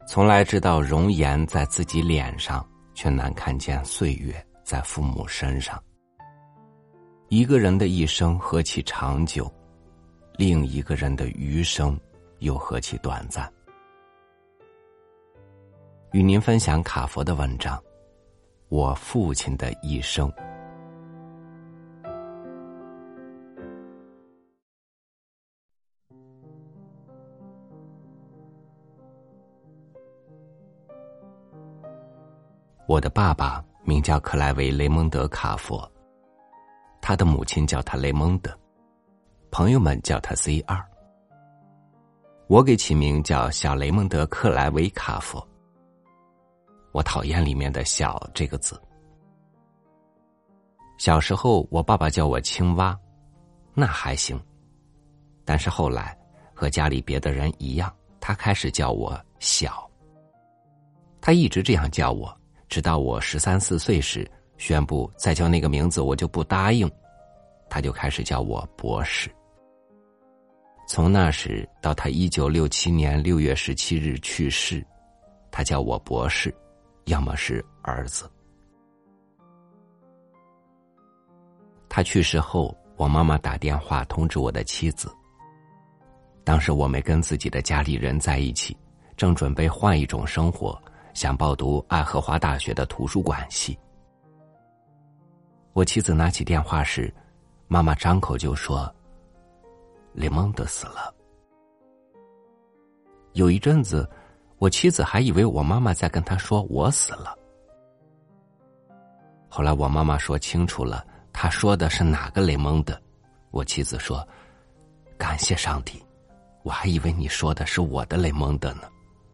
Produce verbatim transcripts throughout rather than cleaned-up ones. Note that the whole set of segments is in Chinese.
从来知道容颜在自己脸上，却难看见岁月在父母身上。一个人的一生何其长久，另一个人的余生又何其短暂。与您分享卡佛的文章《我父亲的一生》。我的爸爸名叫克莱维·雷蒙德·卡佛，他的母亲叫他雷蒙德，朋友们叫他 C 二。我给起名叫小雷蒙德·克莱维·卡佛。我讨厌里面的小这个字。小时候我爸爸叫我青蛙，那还行，但是后来和家里别的人一样，他开始叫我小。他一直这样叫我，直到我十三四岁时宣布再叫那个名字我就不答应，他就开始叫我博士。从那时到他一九六七年六月十七日去世，他叫我博士，要么是儿子。他去世后，我妈妈打电话通知我的妻子。当时我没跟自己的家里人在一起，正准备换一种生活，想报读爱荷华大学的图书馆系。我妻子拿起电话时，妈妈张口就说雷蒙德死了。有一阵子我妻子还以为我妈妈在跟她说我死了。后来我妈妈说清楚了，她说的是哪个雷蒙德。我妻子说感谢上帝，我还以为你说的是我的雷蒙德呢。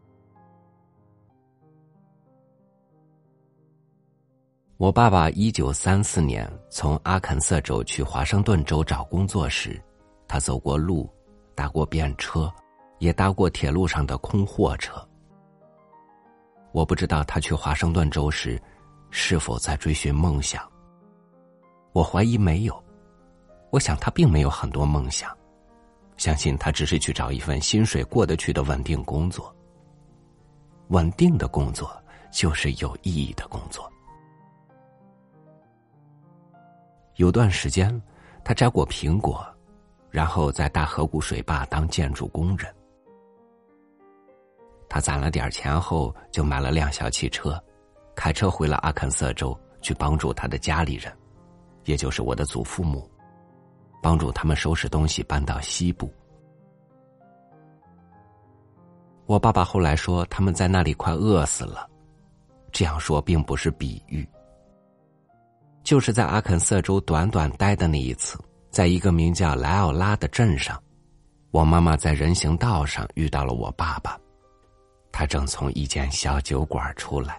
我爸爸一九三四年从阿肯色州去华盛顿州找工作时，他走过路，搭过便车，也搭过铁路上的空货车。我不知道他去华盛顿州时是否在追寻梦想，我怀疑没有。我想他并没有很多梦想，相信他只是去找一份薪水过得去的稳定工作。稳定的工作就是有意义的工作。有段时间他摘过苹果，然后在大河谷水坝当建筑工人。他攒了点钱后就买了辆小汽车，开车回了阿肯色州去帮助他的家里人，也就是我的祖父母，帮助他们收拾东西搬到西部。我爸爸后来说他们在那里快饿死了，这样说并不是比喻。就是在阿肯色州短短待的那一次，在一个名叫莱奥拉的镇上，我妈妈在人行道上遇到了我爸爸，他正从一间小酒馆出来。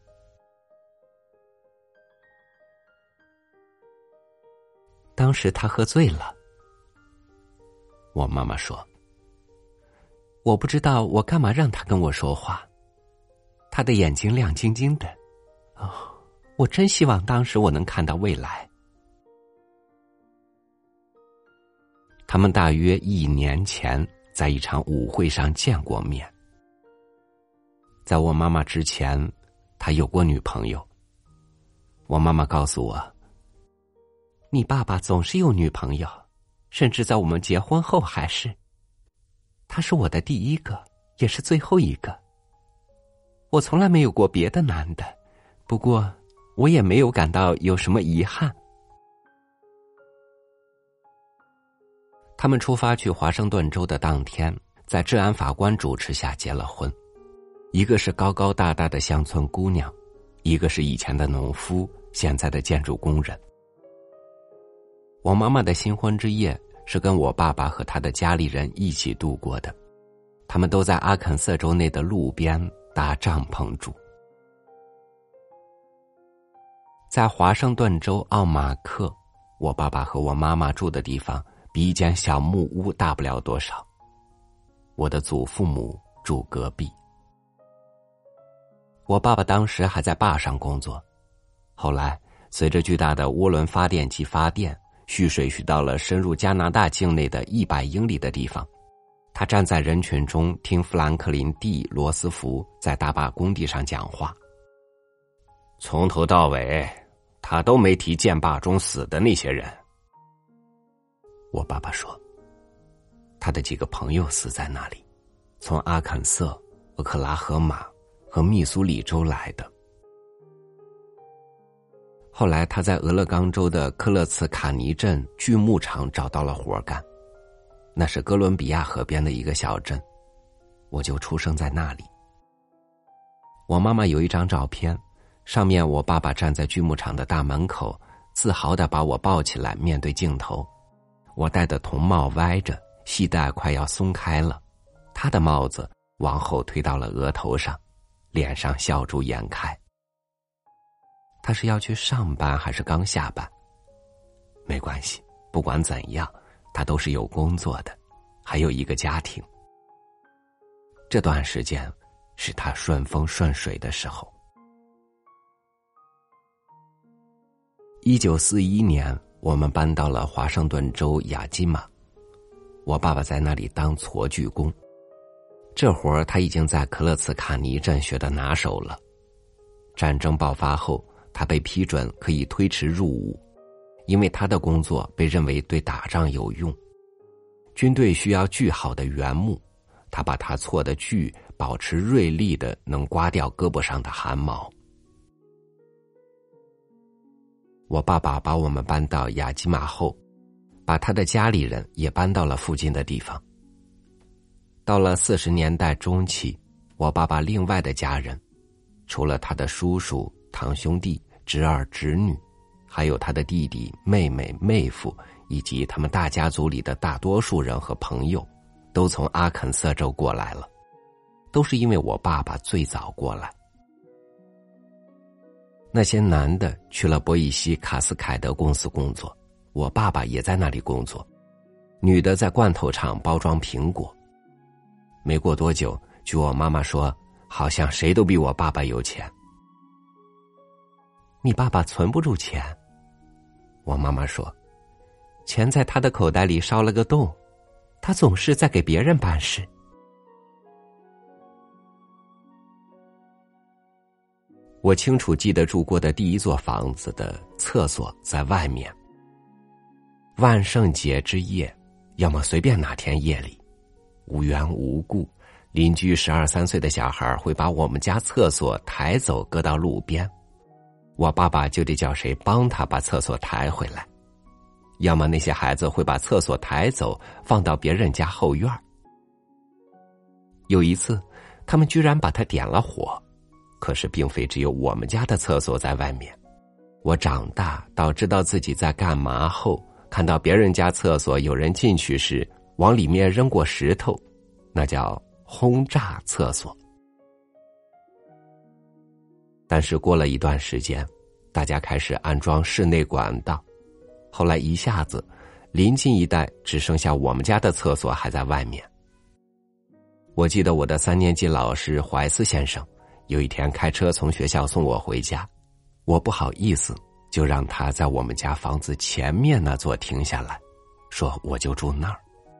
当时他喝醉了，我妈妈说，我不知道我干嘛让他跟我说话，他的眼睛亮晶晶的，哦，我真希望当时我能看到未来。他们大约一年前在一场舞会上见过面。在我妈妈之前，他有过女朋友。我妈妈告诉我，你爸爸总是有女朋友，甚至在我们结婚后还是。他是我的第一个，也是最后一个。我从来没有过别的男的，不过我也没有感到有什么遗憾。他们出发去华盛顿州的当天，在治安法官主持下结了婚。一个是高高大大的乡村姑娘，一个是以前的农夫，现在的建筑工人。我妈妈的新婚之夜是跟我爸爸和他的家里人一起度过的，他们都在阿肯色州内的路边搭帐篷住。在华盛顿州奥马克，我爸爸和我妈妈住的地方比一间小木屋大不了多少。我的祖父母住隔壁。我爸爸当时还在坝上工作，后来随着巨大的涡轮发电机发电，蓄水蓄到了深入加拿大境内的一百英里的地方，他他站在人群中听富兰克林 D 罗斯福在大坝工地上讲话，从头到尾他都没提建坝中死的那些人。我爸爸说，他的几个朋友死在那里，从阿肯色、俄克拉荷马和密苏里州来的。后来他在俄勒冈州的科勒茨卡尼镇锯木厂找到了活干，那是哥伦比亚河边的一个小镇，我就出生在那里。我妈妈有一张照片，上面我爸爸站在锯木厂的大门口，自豪地把我抱起来面对镜头。我戴的铜帽歪着，系带快要松开了，他的帽子往后推到了额头上，脸上笑逐颜开。他是要去上班还是刚下班？没关系，不管怎样，他都是有工作的，还有一个家庭。这段时间是他顺风顺水的时候。一九四一年，我们搬到了华盛顿州雅基马，我爸爸在那里当锉锯工，这活儿他已经在克勒茨卡尼镇学得拿手了。战争爆发后，他被批准可以推迟入伍，因为他的工作被认为对打仗有用。军队需要锯好的原木，他把他锉的锯保持锐利的，能刮掉胳膊上的汗毛。我爸爸把我们搬到雅基马后，把他的家里人也搬到了附近的地方。到了四十年代中期，我爸爸另外的家人，除了他的叔叔、堂兄弟、侄儿、侄女，还有他的弟弟、妹妹、妹夫，以及他们大家族里的大多数人和朋友，都从阿肯色州过来了，都是因为我爸爸最早过来。那些男的去了波伊西卡斯凯德公司工作，我爸爸也在那里工作，女的在罐头厂包装苹果。没过多久，据我妈妈说，好像谁都比我爸爸有钱。你爸爸存不住钱？我妈妈说，钱在他的口袋里烧了个洞，他总是在给别人办事。我清楚记得住过的第一座房子的厕所在外面。万圣节之夜，要么随便哪天夜里，无缘无故，邻居十二三岁的小孩会把我们家厕所抬走搁到路边，我爸爸就得叫谁帮他把厕所抬回来。要么那些孩子会把厕所抬走放到别人家后院。有一次他们居然把它点了火，可是并非只有我们家的厕所在外面。我长大到知道自己在干嘛后，看到别人家厕所有人进去时往里面扔过石头，那叫轰炸厕所。但是过了一段时间，大家开始安装室内管道，后来一下子临近一带只剩下我们家的厕所还在外面。我记得我的三年级老师怀斯先生有一天开车从学校送我回家，我不好意思，就让他在我们家房子前面那座停下来，说我就住那儿。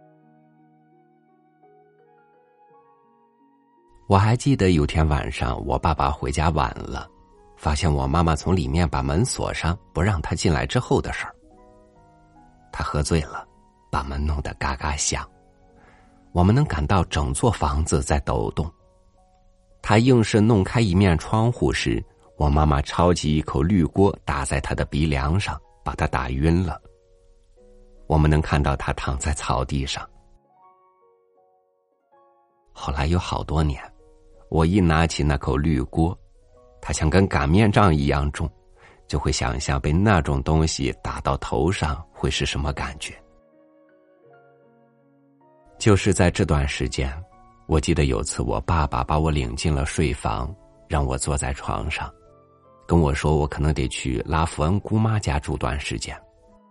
我还记得有天晚上我爸爸回家晚了，发现我妈妈从里面把门锁上，不让他进来之后的事儿。他喝醉了，把门弄得嘎嘎响，我们能感到整座房子在抖动。他硬是弄开一面窗户时，我妈妈抄起一口绿锅打在他的鼻梁上，把他打晕了。我们能看到他躺在草地上。后来有好多年，我一拿起那口绿锅，它像根擀面杖一样重，就会想象被那种东西打到头上会是什么感觉。就是在这段时间，我记得有次我爸爸把我领进了睡房，让我坐在床上，跟我说我可能得去拉弗恩姑妈家住段时间。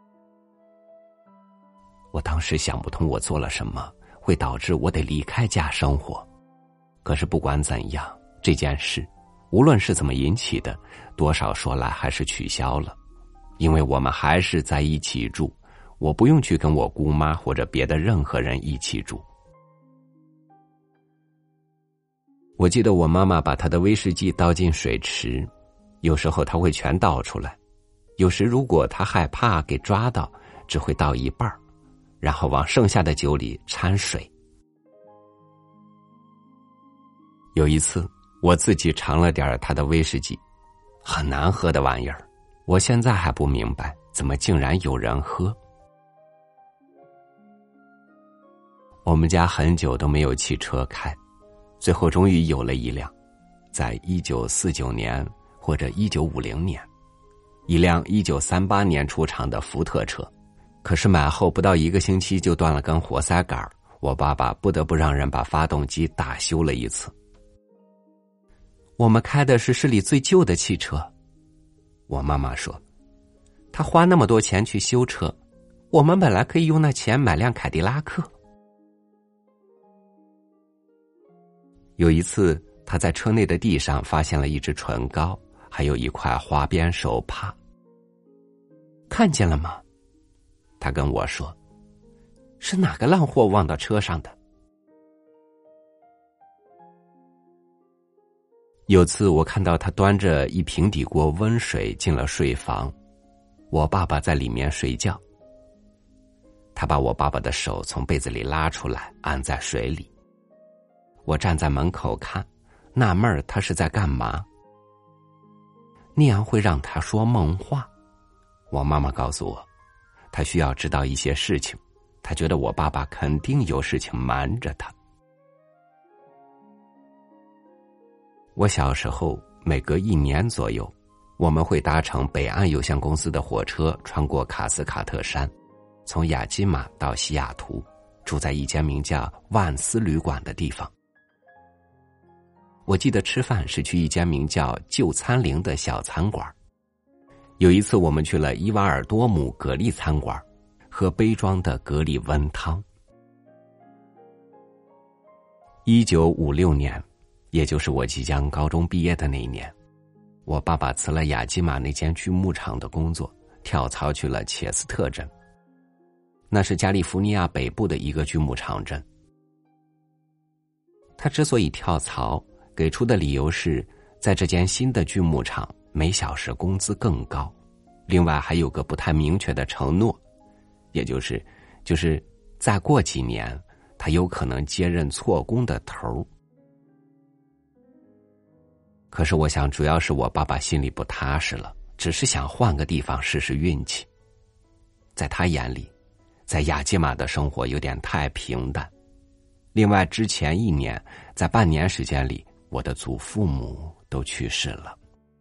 我当时想不通我做了什么会导致我得离开家生活，可是不管怎样，这件事无论是怎么引起的，多少说来还是取消了，因为我们还是在一起住，我不用去跟我姑妈或者别的任何人一起住。 我记得我妈妈把她的威士忌倒进水池，有时候她会全倒出来，有时如果她害怕给抓到，只会倒一半，然后往剩下的酒里掺水。有一次我自己尝了点她的威士忌，很难喝的玩意儿，我现在还不明白怎么竟然有人喝。我们家很久都没有汽车开，最后终于有了一辆，在一九四九年或者一九五零年，一辆一九三八年出厂的福特车。可是买后不到一个星期就断了根活塞杆，我爸爸不得不让人把发动机大修了一次。我们开的是市里最旧的汽车，我妈妈说，他花那么多钱去修车，我们本来可以用那钱买辆凯迪拉克。有一次他在车内的地上发现了一支唇膏，还有一块花边手帕。看见了吗？他跟我说，是哪个烂货忘到车上的。有次我看到他端着一平底锅温水进了睡房，我爸爸在里面睡觉。他把我爸爸的手从被子里拉出来，按在水里。我站在门口看，纳闷儿他是在干嘛。那样会让他说梦话。我妈妈告诉我，他需要知道一些事情，他觉得我爸爸肯定有事情瞒着他。我小时候每隔一年左右，我们会搭乘北岸有限公司的火车，穿过卡斯卡特山，从雅基马到西雅图，住在一间名叫万斯旅馆的地方。我记得吃饭是去一间名叫旧餐陵的小餐馆。有一次我们去了伊瓦尔多姆蛤蜊餐馆，喝杯装的蛤蜊温汤。一九五六年，也就是我即将高中毕业的那一年，我爸爸辞了雅基马那间锯木厂的工作，跳槽去了切斯特镇，那是加利福尼亚北部的一个锯木厂镇。他之所以跳槽，给出的理由是在这间新的锯木厂每小时工资更高，另外还有个不太明确的承诺，也就是就是再过几年他有可能接任错工的头。可是我想主要是我爸爸心里不踏实了，只是想换个地方试试运气。在他眼里，在雅基马的生活有点太平淡。另外之前一年，在半年时间里，我的祖父母都去世了。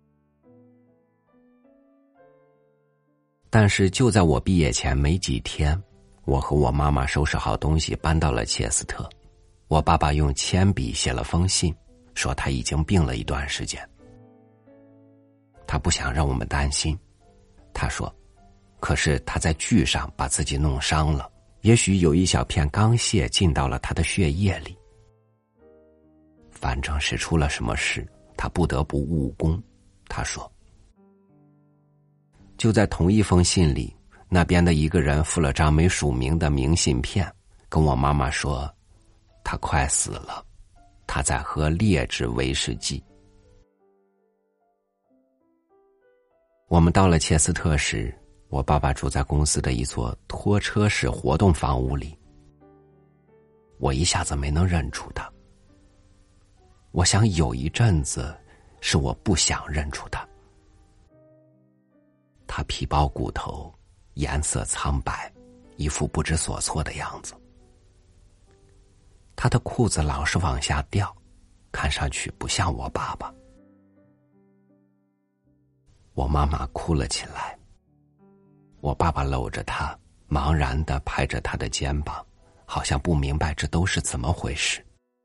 但是就在我毕业前没几天，我和我妈妈收拾好东西搬到了切斯特。我爸爸用铅笔写了封信，说他已经病了一段时间。他不想让我们担心，他说，可是他在锯上把自己弄伤了，也许有一小片钢屑进到了他的血液里。反正是出了什么事，他不得不误工，他说。就在同一封信里，那边的一个人附了张没署名的明信片，跟我妈妈说他快死了，他在喝劣质威士忌。我们到了切斯特时，我爸爸住在公司的一座拖车式活动房屋里。我一下子没能认出他。我想有一阵子是我不想认出他。他皮包骨头，颜色苍白，一副不知所措的样子。他的裤子老是往下掉，看上去不像我爸爸。我妈妈哭了起来，我爸爸搂着她，茫然地拍着她的肩膀，好像不明白这都是怎么回事。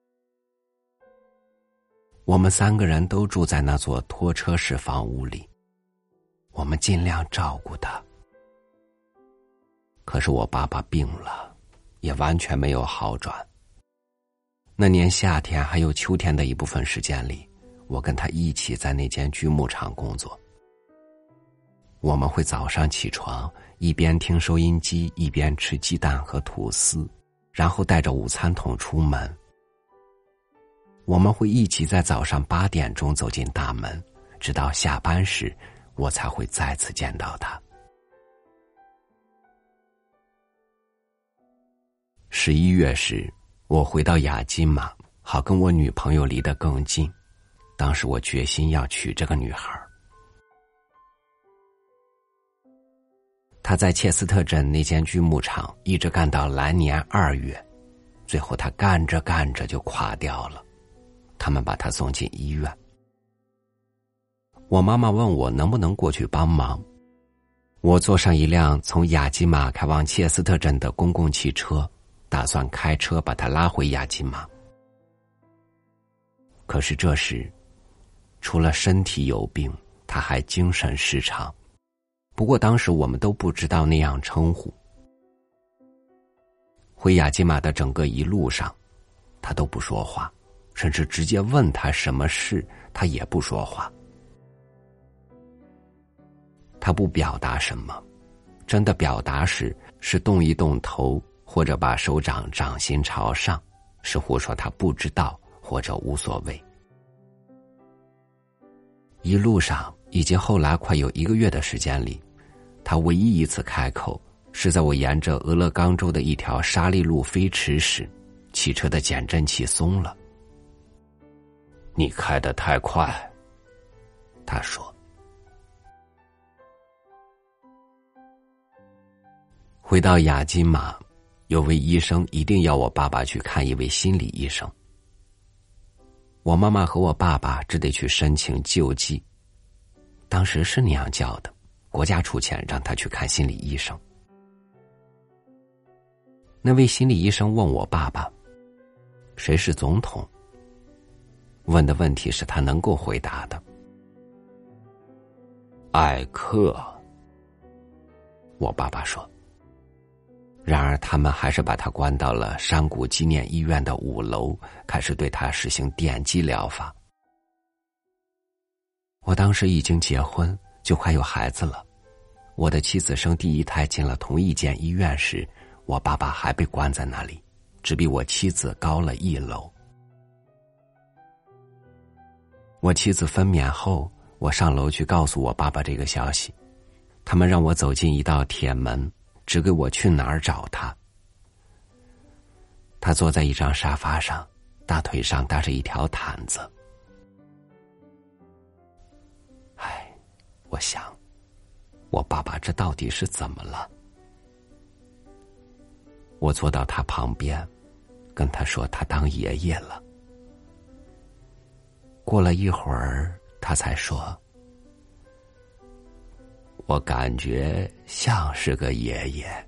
我们三个人都住在那座拖车式房屋里，我们尽量照顾他。可是我爸爸病了，也完全没有好转。那年夏天还有秋天的一部分时间里，我跟他一起在那间锯木厂工作。我们会早上起床，一边听收音机，一边吃鸡蛋和吐司，然后带着午餐桶出门。 我们会一起在早上八点钟走进大门，直到下班时，我才会再次见到他。十一月时，我回到雅基马，好跟我女朋友离得更近。当时我决心要娶这个女孩。她在切斯特镇那间锯木厂一直干到来年二月，最后她干着干着就垮掉了，他们把她送进医院。我妈妈问我能不能过去帮忙，我坐上一辆从雅基马开往切斯特镇的公共汽车，打算开车把她拉回雅基马。可是这时，除了身体有病，她还精神失常，不过当时我们都不知道那样称呼。回雅基马的整个一路上，她都不说话，甚至直接问她什么事，她也不说话。她不表达什么，真的表达时是动一动头，或者把手掌掌心朝上，是胡说她不知道或者无所谓。一路上以及后来快有一个月的时间里，他唯一一次开口是在我沿着俄勒冈州的一条沙砾路飞驰时，汽车的减震器松了。你开得太快，他说。回到雅基马，有位医生一定要我爸爸去看一位心理医生。我妈妈和我爸爸只得去申请救济，当时是那样叫的，国家出钱让他去看心理医生。那位心理医生问我爸爸，谁是总统？问的问题是他能够回答的。艾克，我爸爸说。然而他们还是把他关到了山谷纪念医院的五楼，开始对他实行电击疗法。我当时已经结婚，就快有孩子了。我的妻子生第一胎进了同一间医院时，我爸爸还被关在那里，只比我妻子高了一楼。我妻子分娩后，我上楼去告诉我爸爸这个消息，他们让我走进一道铁门，指给我去哪儿找他。他坐在一张沙发上，大腿上搭着一条毯子。唉，我想，我爸爸这到底是怎么了？我坐到他旁边，跟他说他当爷爷了。过了一会儿，他才说，我感觉像是个爷爷。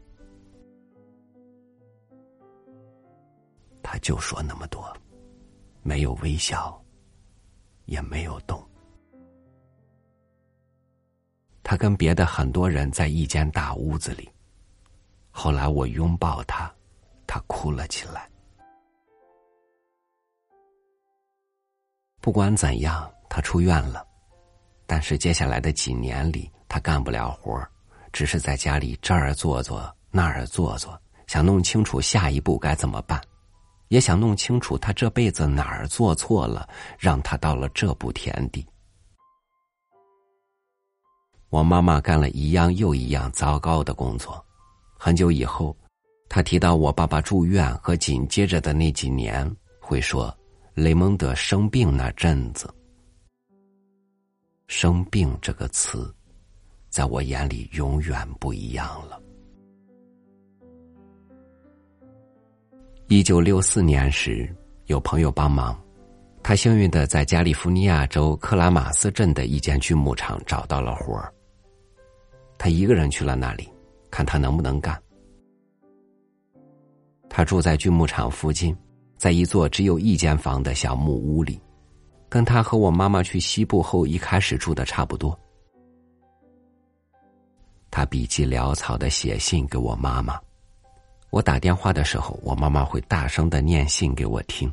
他就说那么多，没有微笑，也没有动。他跟别的很多人在一间大屋子里，后来我拥抱他，他哭了起来。不管怎样，他出院了，但是接下来的几年里，他干不了活，只是在家里这儿坐坐那儿坐坐，想弄清楚下一步该怎么办，也想弄清楚他这辈子哪儿做错了，让他到了这步田地。我妈妈干了一样又一样糟糕的工作。很久以后，她提到我爸爸住院和紧接着的那几年，会说雷蒙德生病那阵子。生病这个词，在我眼里永远不一样了。一九六四年时，有朋友帮忙，他幸运地在加利福尼亚州克拉马斯镇的一间锯木厂找到了活儿。他一个人去了那里，看他能不能干。他住在锯木厂附近，在一座只有一间房的小木屋里，跟他和我妈妈去西部后一开始住的差不多。他笔记潦草地写信给我妈妈，我打电话的时候，我妈妈会大声地念信给我听。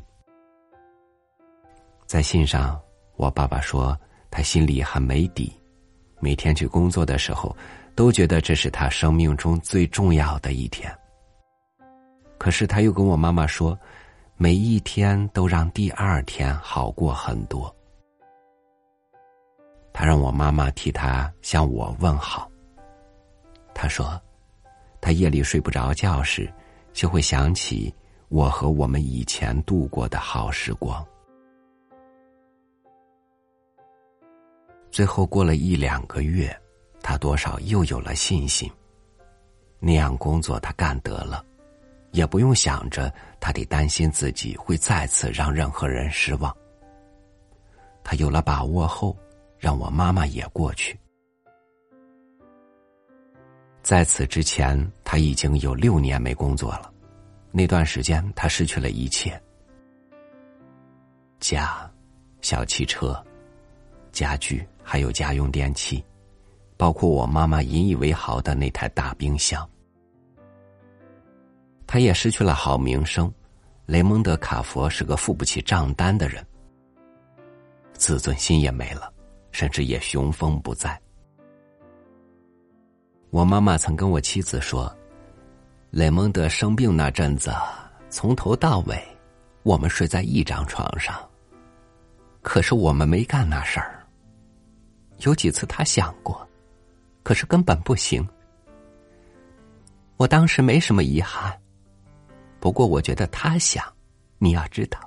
在信上，我爸爸说他心里很没底，每天去工作的时候都觉得这是他生命中最重要的一天。可是他又跟我妈妈说， 每一天都让第二天好过很多。他让我妈妈替他向我问好。他说，他夜里睡不着觉时，就会想起我和我们以前度过的好时光。最后过了一两个月，他多少又有了信心。那样工作他干得了，也不用想着他得担心自己会再次让任何人失望。他有了把握后，让我妈妈也过去。在此之前，他已经有六年没工作了。那段时间，他失去了一切：家、小汽车、家具，还有家用电器，包括我妈妈引以为豪的那台大冰箱。他也失去了好名声，雷蒙德·卡佛是个付不起账单的人，自尊心也没了，甚至也雄风不再。我妈妈曾跟我妻子说，雷蒙德生病那阵子，从头到尾我们睡在一张床上，可是我们没干那事儿。有几次他想过，可是根本不行。我当时没什么遗憾，不过我觉得他想，你要知道。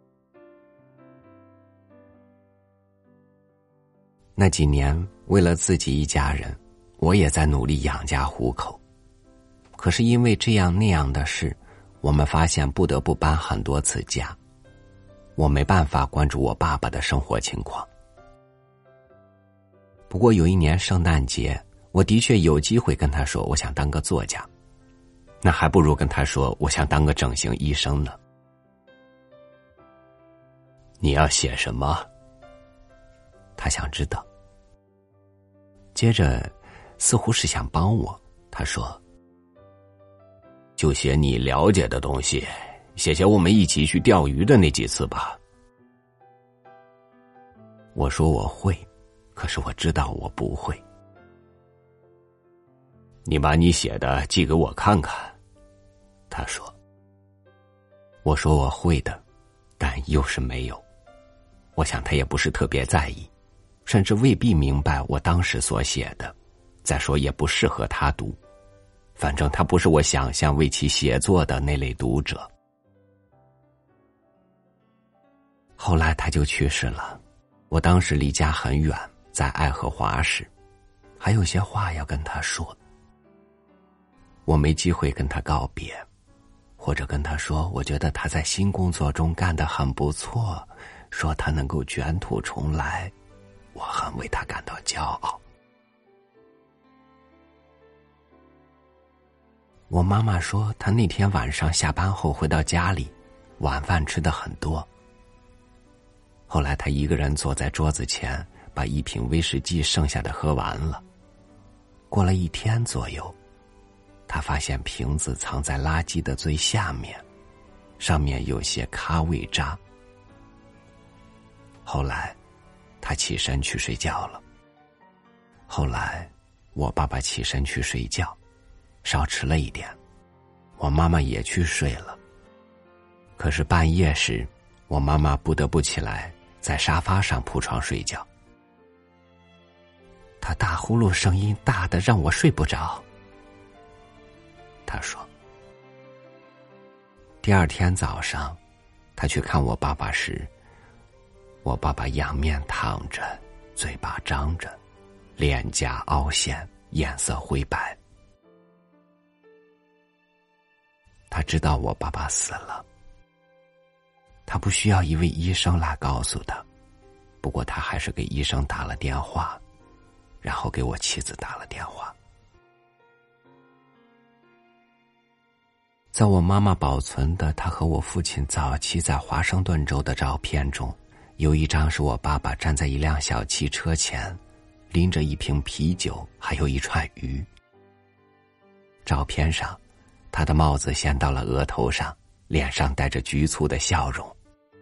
那几年，为了自己一家人，我也在努力养家糊口。可是因为这样那样的事，我们发现不得不搬很多次家。我没办法关注我爸爸的生活情况。不过有一年圣诞节，我的确有机会跟他说我想当个作家，那还不如跟他说我想当个整形医生呢。你要写什么？他想知道。接着似乎是想帮我，他说，就写你了解的东西，写写我们一起去钓鱼的那几次吧。我说我会，可是我知道我不会。你把你写的寄给我看看，他说。我说我会的，但又是没有。我想他也不是特别在意，甚至未必明白我当时所写的，再说也不适合他读。反正他不是我想象为其写作的那类读者。后来他就去世了，我当时离家很远，在爱荷华市，还有些话要跟他说。我没机会跟他告别，或者跟他说我觉得他在新工作中干得很不错，说他能够卷土重来，我很为他感到骄傲。我妈妈说，她那天晚上下班后回到家里，晚饭吃得很多。后来她一个人坐在桌子前，把一瓶威士忌剩下的喝完了。过了一天左右，她发现瓶子藏在垃圾的最下面，上面有些咖味渣。后来她起身去睡觉了。后来我爸爸起身去睡觉，稍迟了一点，我妈妈也去睡了。可是半夜时，我妈妈不得不起来，在沙发上铺床睡觉。她打呼噜声音大得让我睡不着。她说，第二天早上，她去看我爸爸时，我爸爸仰面躺着，嘴巴张着，脸颊凹陷，颜色灰白。他知道我爸爸死了，他不需要一位医生来告诉他，不过他还是给医生打了电话，然后给我妻子打了电话。在我妈妈保存的他和我父亲早期在华盛顿州的照片中，有一张是我爸爸站在一辆小汽车前，拎着一瓶啤酒，还有一串鱼。照片上，他的帽子掀到了额头上，脸上带着局促的笑容。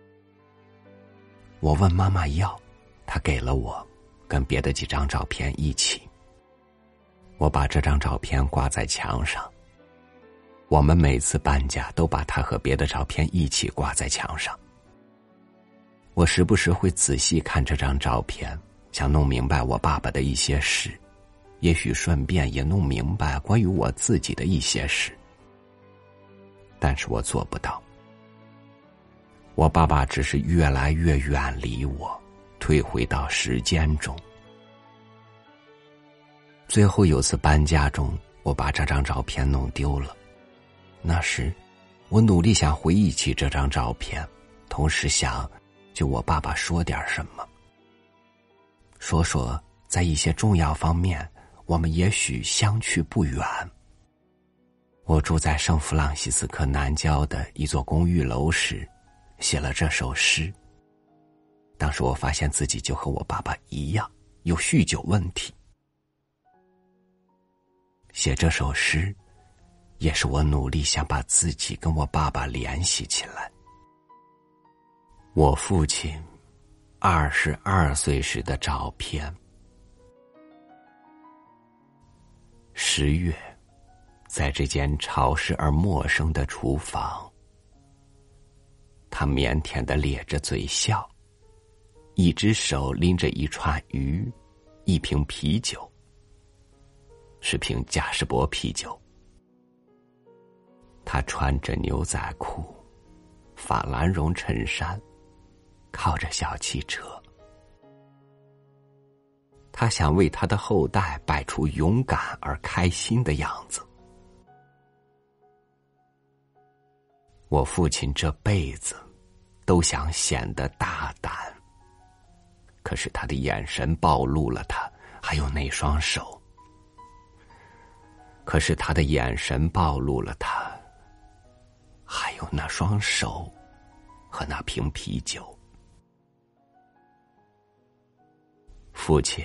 我问妈妈要，她给了我，跟别的几张照片一起。我把这张照片挂在墙上。 我们每次搬家都把他和别的照片一起挂在墙上。我时不时会仔细看这张照片，想弄明白我爸爸的一些事，也许顺便也弄明白关于我自己的一些事。但是我做不到。我爸爸只是越来越远离我，退回到时间中。最后有次搬家中，我把这张照片弄丢了。那时我努力想回忆起这张照片，同时想就我爸爸说点什么，说说在一些重要方面我们也许相去不远。我住在圣弗朗西斯科南郊的一座公寓楼时，写了这首诗。当时我发现自己就和我爸爸一样，有酗酒问题。写这首诗也是我努力想把自己跟我爸爸联系起来。我父亲二十二岁时的照片。十月，在这间潮湿而陌生的厨房，他腼腆地咧着嘴笑，一只手拎着一串鱼，一瓶啤酒，是瓶嘉士伯啤酒。他穿着牛仔裤，法兰绒衬衫，靠着小汽车。他想为他的后代摆出勇敢而开心的样子。我父亲这辈子都想显得大胆，可是他的眼神暴露了他，还有那双手。可是他的眼神暴露了他，还有那双手和那瓶啤酒。父亲，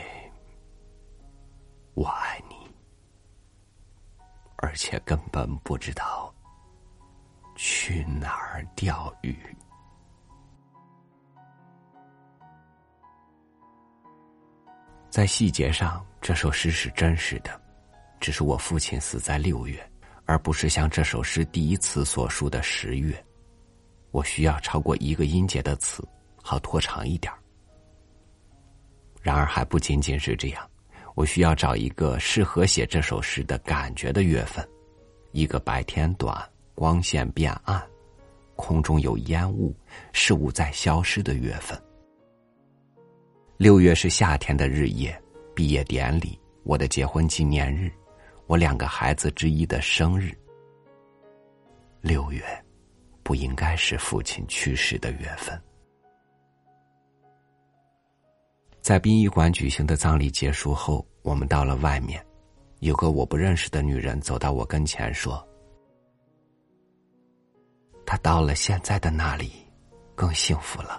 我爱你，而且根本不知道去哪儿钓鱼。在细节上，这首诗是真实的，只是我父亲死在六月，而不是像这首诗第一词所述的十月。我需要超过一个音节的词，好拖长一点。然而还不仅仅是这样，我需要找一个适合写这首诗的感觉的月份，一个白天短，光线变暗，空中有烟雾，事物在消失的月份。六月是夏天的日夜，毕业典礼，我的结婚纪念日，我两个孩子之一的生日。六月不应该是父亲去世的月份。在殡仪馆举行的葬礼结束后，我们到了外面，有个我不认识的女人走到我跟前说，她到了现在的那里更幸福了。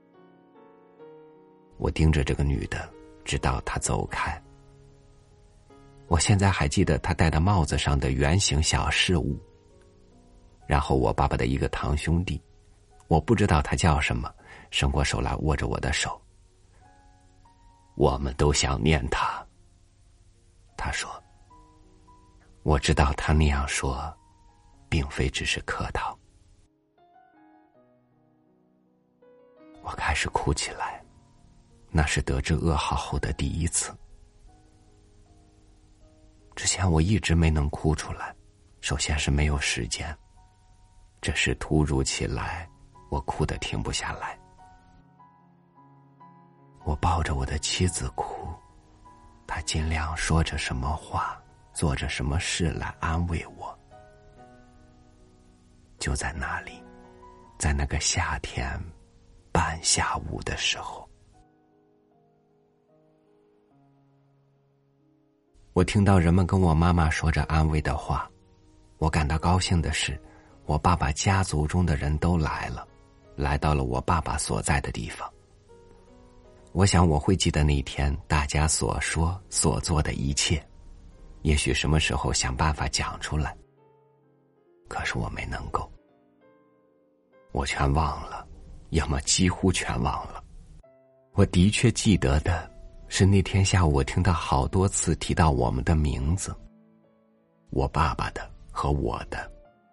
我盯着这个女的，直到她走开。我现在还记得她戴的帽子上的圆形小饰物。然后我爸爸的一个堂兄弟，我不知道他叫什么，伸过手来握着我的手。我们都想念他。他说，我知道他那样说并非只是客套。我开始哭起来，那是得知噩耗后的第一次。之前我一直没能哭出来，首先是没有时间，这时突如其来，我哭得停不下来。我抱着我的妻子哭，她尽量说着什么话，做着什么事来安慰我。就在那里，在那个夏天半下午的时候，我听到人们跟我妈妈说着安慰的话。我感到高兴的是，我爸爸家族中的人都来了，来到了我爸爸所在的地方。我想我会记得那天大家所说所做的一切，也许什么时候想办法讲出来，可是我没能够。我全忘了，要么几乎全忘了。我的确记得的是那天下午我听到好多次提到我们的名字，我爸爸的和我的，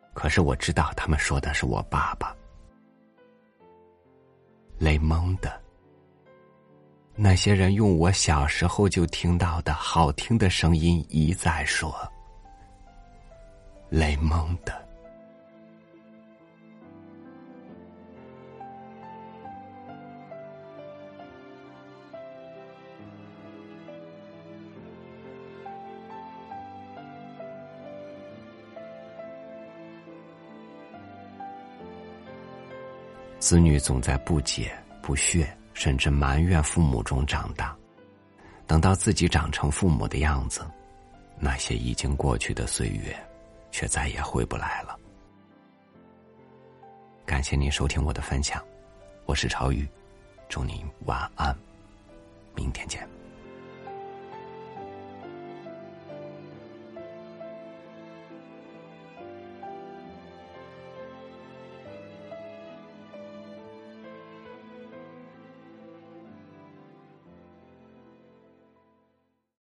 可是我知道他们说的是我爸爸。雷蒙的，那些人用我小时候就听到的好听的声音一再说，雷蒙的。子女总在不解、不屑，甚至埋怨父母中长大。等到自己长成父母的样子，那些已经过去的岁月，却再也回不来了。感谢您收听我的分享，我是朝雨，祝您晚安，明天见。